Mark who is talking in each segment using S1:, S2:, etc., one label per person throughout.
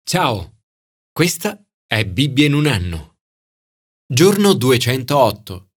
S1: Ciao, questa è Bibbia in un anno. Giorno 208.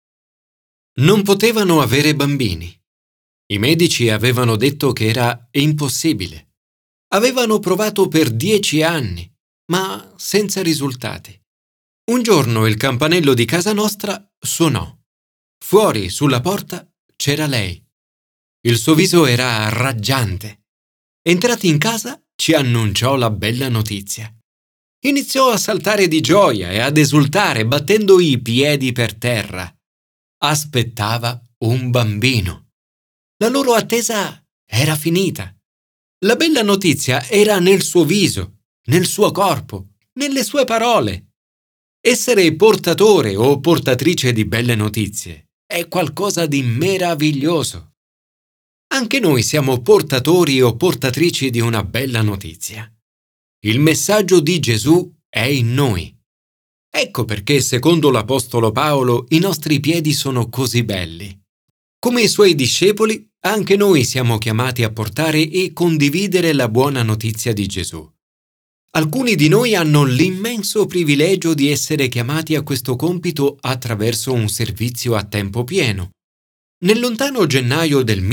S1: Non potevano avere bambini. I medici avevano detto che era impossibile. Avevano provato per 10 anni, ma senza risultati. Un giorno il campanello di casa nostra suonò. Fuori, sulla porta, c'era lei. Il suo viso era raggiante. Entrati in casa, ci annunciò la bella notizia. Iniziò a saltare di gioia e ad esultare, battendo i piedi per terra. Aspettava un bambino. La loro attesa era finita. La bella notizia era nel suo viso, nel suo corpo, nelle sue parole. Essere portatore o portatrice di belle notizie è qualcosa di meraviglioso. Anche noi siamo portatori o portatrici di una bella notizia. Il messaggio di Gesù è in noi. Ecco perché, secondo l'Apostolo Paolo, i nostri piedi sono così belli. Come i suoi discepoli, anche noi siamo chiamati a portare e condividere la buona notizia di Gesù. Alcuni di noi hanno l'immenso privilegio di essere chiamati a questo compito attraverso un servizio a tempo pieno. Nel lontano gennaio del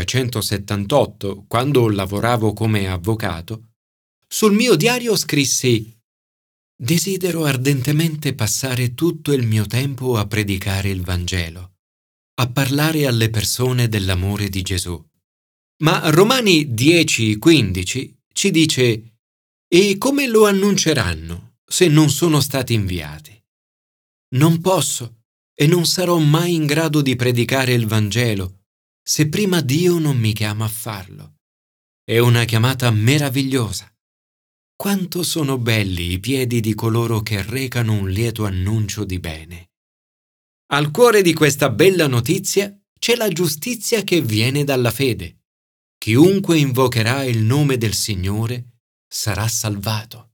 S1: 1978, quando lavoravo come avvocato, sul mio diario scrissi: «Desidero ardentemente passare tutto il mio tempo a predicare il Vangelo, a parlare alle persone dell'amore di Gesù». Ma Romani 10:15 ci dice: «E come lo annunceranno se non sono stati inviati?» Non posso e non sarò mai in grado di predicare il Vangelo se prima Dio non mi chiama a farlo. È una chiamata meravigliosa. Quanto sono belli i piedi di coloro che recano un lieto annuncio di bene. Al cuore di questa bella notizia c'è la giustizia che viene dalla fede. Chiunque invocherà il nome del Signore sarà salvato.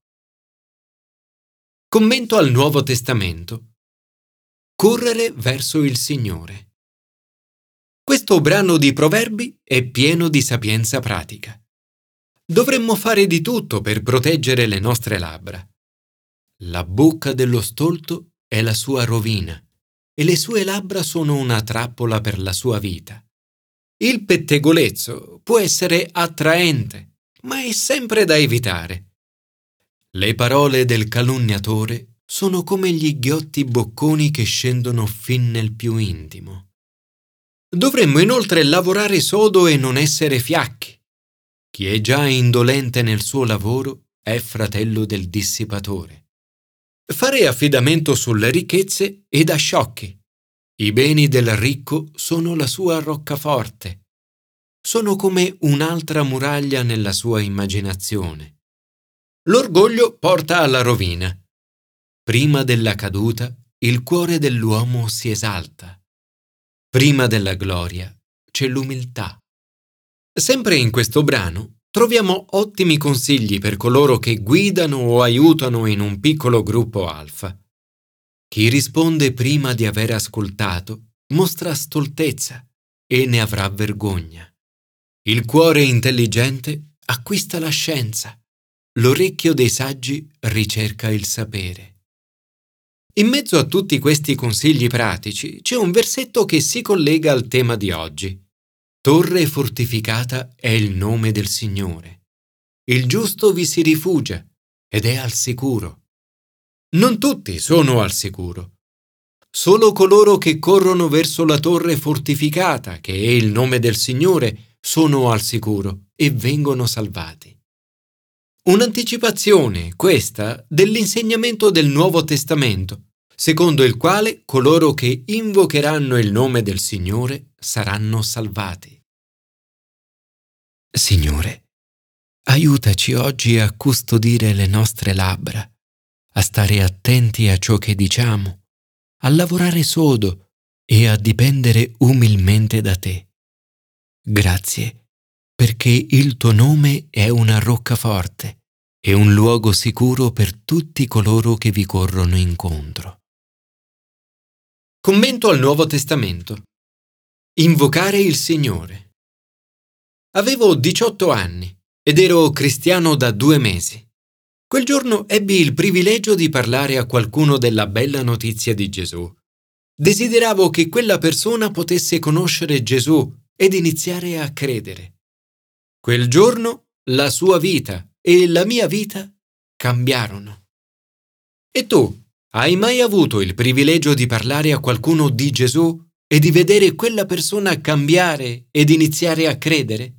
S1: Commento al Nuovo Testamento. Correre verso il Signore. Questo brano di Proverbi è pieno di sapienza pratica. Dovremmo fare di tutto per proteggere le nostre labbra. La bocca dello stolto è la sua rovina e le sue labbra sono una trappola per la sua vita. Il pettegolezzo può essere attraente, ma è sempre da evitare. Le parole del calunniatore sono come gli ghiotti bocconi che scendono fin nel più intimo. Dovremmo inoltre lavorare sodo e non essere fiacchi. Chi è già indolente nel suo lavoro è fratello del dissipatore. Fare affidamento sulle ricchezze è da sciocchi. I beni del ricco sono la sua roccaforte. Sono come un'altra muraglia nella sua immaginazione. L'orgoglio porta alla rovina. Prima della caduta, il cuore dell'uomo si esalta. Prima della gloria c'è l'umiltà. Sempre in questo brano troviamo ottimi consigli per coloro che guidano o aiutano in un piccolo gruppo alfa. Chi risponde prima di aver ascoltato mostra stoltezza e ne avrà vergogna. Il cuore intelligente acquista la scienza. L'orecchio dei saggi ricerca il sapere. In mezzo a tutti questi consigli pratici c'è un versetto che si collega al tema di oggi. Torre fortificata è il nome del Signore. Il giusto vi si rifugia ed è al sicuro. Non tutti sono al sicuro. Solo coloro che corrono verso la torre fortificata, che è il nome del Signore, sono al sicuro e vengono salvati. Un'anticipazione, questa, dell'insegnamento del Nuovo Testamento, secondo il quale coloro che invocheranno il nome del Signore saranno salvati. Signore, aiutaci oggi a custodire le nostre labbra, a stare attenti a ciò che diciamo, a lavorare sodo e a dipendere umilmente da Te. Grazie, perché il Tuo nome è una roccaforte e un luogo sicuro per tutti coloro che vi corrono incontro. Commento al Nuovo Testamento. Invocare il Signore. Avevo 18 anni ed ero cristiano da 2 mesi. Quel giorno ebbi il privilegio di parlare a qualcuno della bella notizia di Gesù. Desideravo che quella persona potesse conoscere Gesù ed iniziare a credere. Quel giorno la sua vita e la mia vita cambiarono. E tu, hai mai avuto il privilegio di parlare a qualcuno di Gesù e di vedere quella persona cambiare ed iniziare a credere?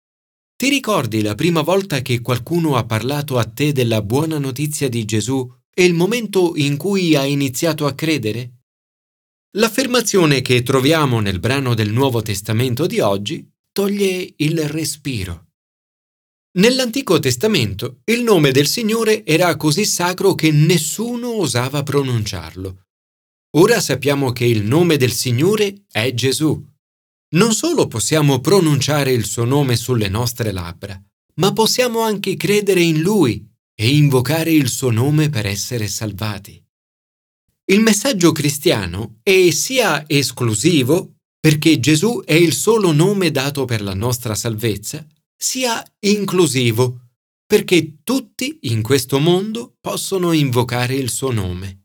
S1: Ti ricordi la prima volta che qualcuno ha parlato a te della buona notizia di Gesù e il momento in cui hai iniziato a credere? L'affermazione che troviamo nel brano del Nuovo Testamento di oggi toglie il respiro. Nell'Antico Testamento il nome del Signore era così sacro che nessuno osava pronunciarlo. Ora sappiamo che il nome del Signore è Gesù. Non solo possiamo pronunciare il suo nome sulle nostre labbra, ma possiamo anche credere in Lui e invocare il suo nome per essere salvati. Il messaggio cristiano è sia esclusivo, perché Gesù è il solo nome dato per la nostra salvezza, sia inclusivo, perché tutti in questo mondo possono invocare il suo nome.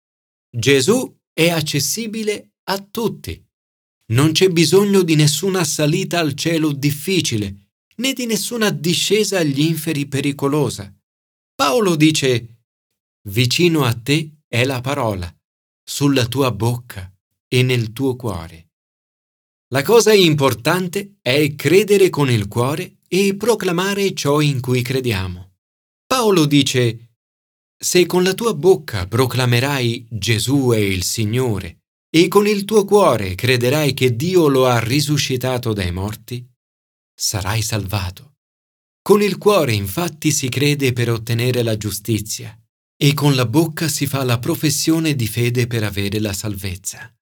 S1: Gesù è accessibile a tutti. Non c'è bisogno di nessuna salita al cielo difficile, né di nessuna discesa agli inferi pericolosa. Paolo dice: vicino a te è la parola, sulla tua bocca e nel tuo cuore. La cosa importante è credere con il cuore e proclamare ciò in cui crediamo. Paolo dice: se con la tua bocca proclamerai Gesù è il Signore e con il tuo cuore crederai che Dio lo ha risuscitato dai morti, sarai salvato. Con il cuore infatti si crede per ottenere la giustizia e con la bocca si fa la professione di fede per avere la salvezza.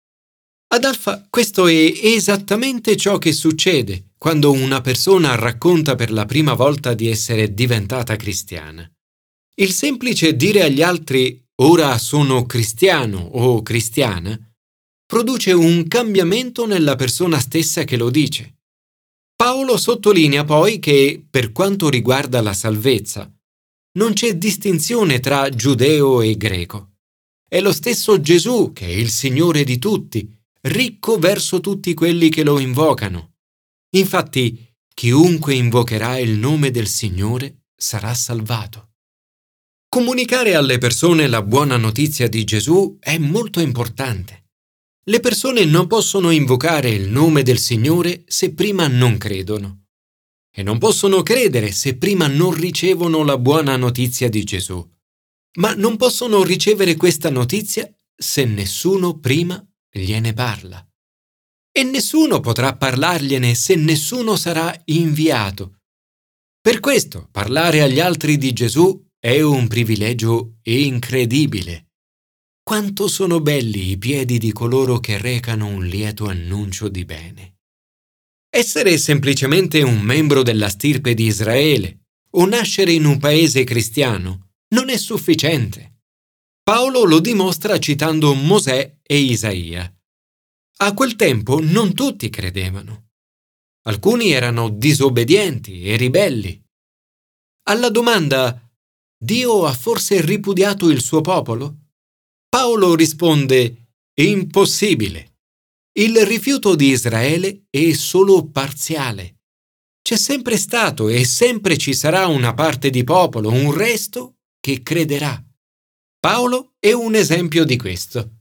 S1: Ad Alfa questo è esattamente ciò che succede quando una persona racconta per la prima volta di essere diventata cristiana. Il semplice dire agli altri «ora sono cristiano» o cristiana produce un cambiamento nella persona stessa che lo dice. Paolo sottolinea poi che, per quanto riguarda la salvezza, non c'è distinzione tra giudeo e greco. È lo stesso Gesù che è il Signore di tutti, ricco verso tutti quelli che lo invocano. Infatti, chiunque invocherà il nome del Signore sarà salvato. Comunicare alle persone la buona notizia di Gesù è molto importante. Le persone non possono invocare il nome del Signore se prima non credono. E non possono credere se prima non ricevono la buona notizia di Gesù. Ma non possono ricevere questa notizia se nessuno prima gliene parla. E nessuno potrà parlargliene se nessuno sarà inviato. Per questo parlare agli altri di Gesù è un privilegio incredibile. Quanto sono belli i piedi di coloro che recano un lieto annuncio di bene. Essere semplicemente un membro della stirpe di Israele o nascere in un paese cristiano non è sufficiente. Paolo lo dimostra citando Mosè e Isaia. A quel tempo non tutti credevano. Alcuni erano disobbedienti e ribelli. Alla domanda «Dio ha forse ripudiato il suo popolo?» Paolo risponde «Impossibile. Il rifiuto di Israele è solo parziale. C'è sempre stato e sempre ci sarà una parte di popolo, un resto che crederà». Paolo è un esempio di questo.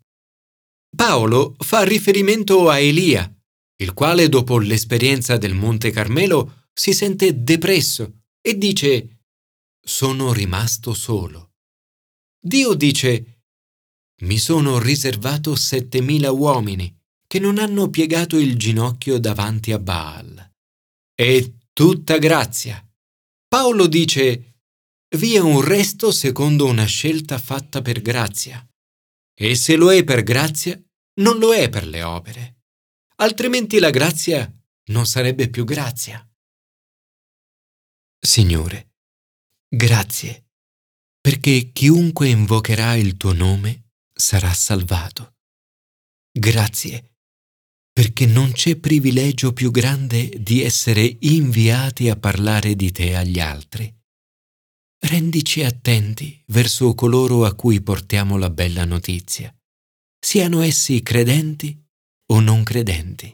S1: Paolo fa riferimento a Elia, il quale dopo l'esperienza del Monte Carmelo si sente depresso e dice «Sono rimasto solo». Dio dice «Mi sono riservato 7.000 uomini che non hanno piegato il ginocchio davanti a Baal». È tutta grazia. Paolo dice «Vi è un resto secondo una scelta fatta per grazia». E se lo è per grazia, non lo è per le opere. Altrimenti la grazia non sarebbe più grazia. Signore, grazie, perché chiunque invocherà il tuo nome sarà salvato. Grazie, perché non c'è privilegio più grande di essere inviati a parlare di te agli altri. rendici attenti verso coloro a cui portiamo la bella notizia, siano essi credenti o non credenti.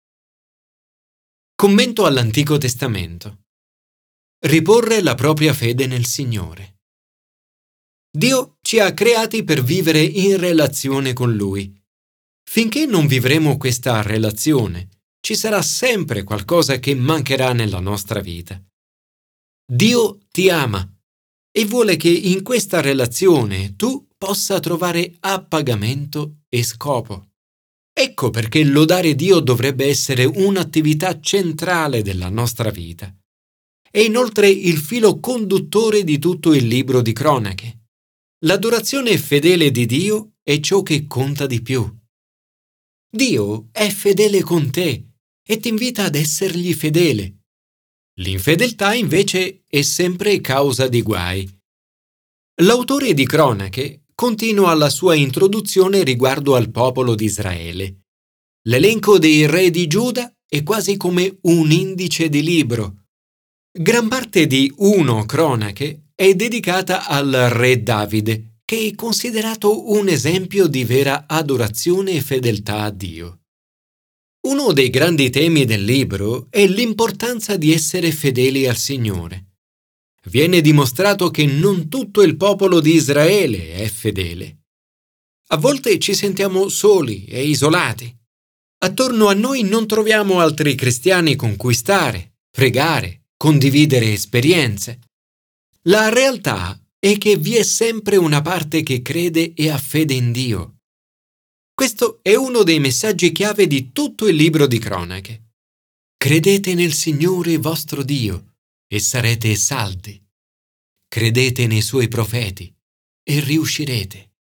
S1: Commento all'Antico Testamento. Riporre la propria fede nel Signore. Dio ci ha creati per vivere in relazione con Lui. Finché non vivremo questa relazione, ci sarà sempre qualcosa che mancherà nella nostra vita. Dio ti ama e vuole che in questa relazione tu possa trovare appagamento e scopo. Ecco perché lodare Dio dovrebbe essere un'attività centrale della nostra vita. È inoltre il filo conduttore di tutto il libro di Cronache. L'adorazione fedele di Dio è ciò che conta di più. Dio è fedele con te e ti invita ad essergli fedele. L'infedeltà invece è sempre causa di guai. L'autore di Cronache continua la sua introduzione riguardo al popolo di Israele. L'elenco dei re di Giuda è quasi come un indice di libro. Gran parte di 1 Cronache è dedicata al re Davide, che è considerato un esempio di vera adorazione e fedeltà a Dio. Uno dei grandi temi del libro è l'importanza di essere fedeli al Signore. Viene dimostrato che non tutto il popolo di Israele è fedele. A volte ci sentiamo soli e isolati. Attorno a noi non troviamo altri cristiani con cui stare, pregare, condividere esperienze. La realtà è che vi è sempre una parte che crede e ha fede in Dio. Questo è uno dei messaggi chiave di tutto il libro di Cronache. Credete nel Signore vostro Dio e sarete saldi. Credete nei Suoi profeti e riuscirete.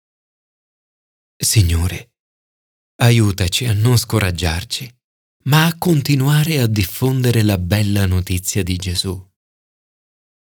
S1: Signore, aiutaci a non scoraggiarci, ma a continuare a diffondere la bella notizia di Gesù.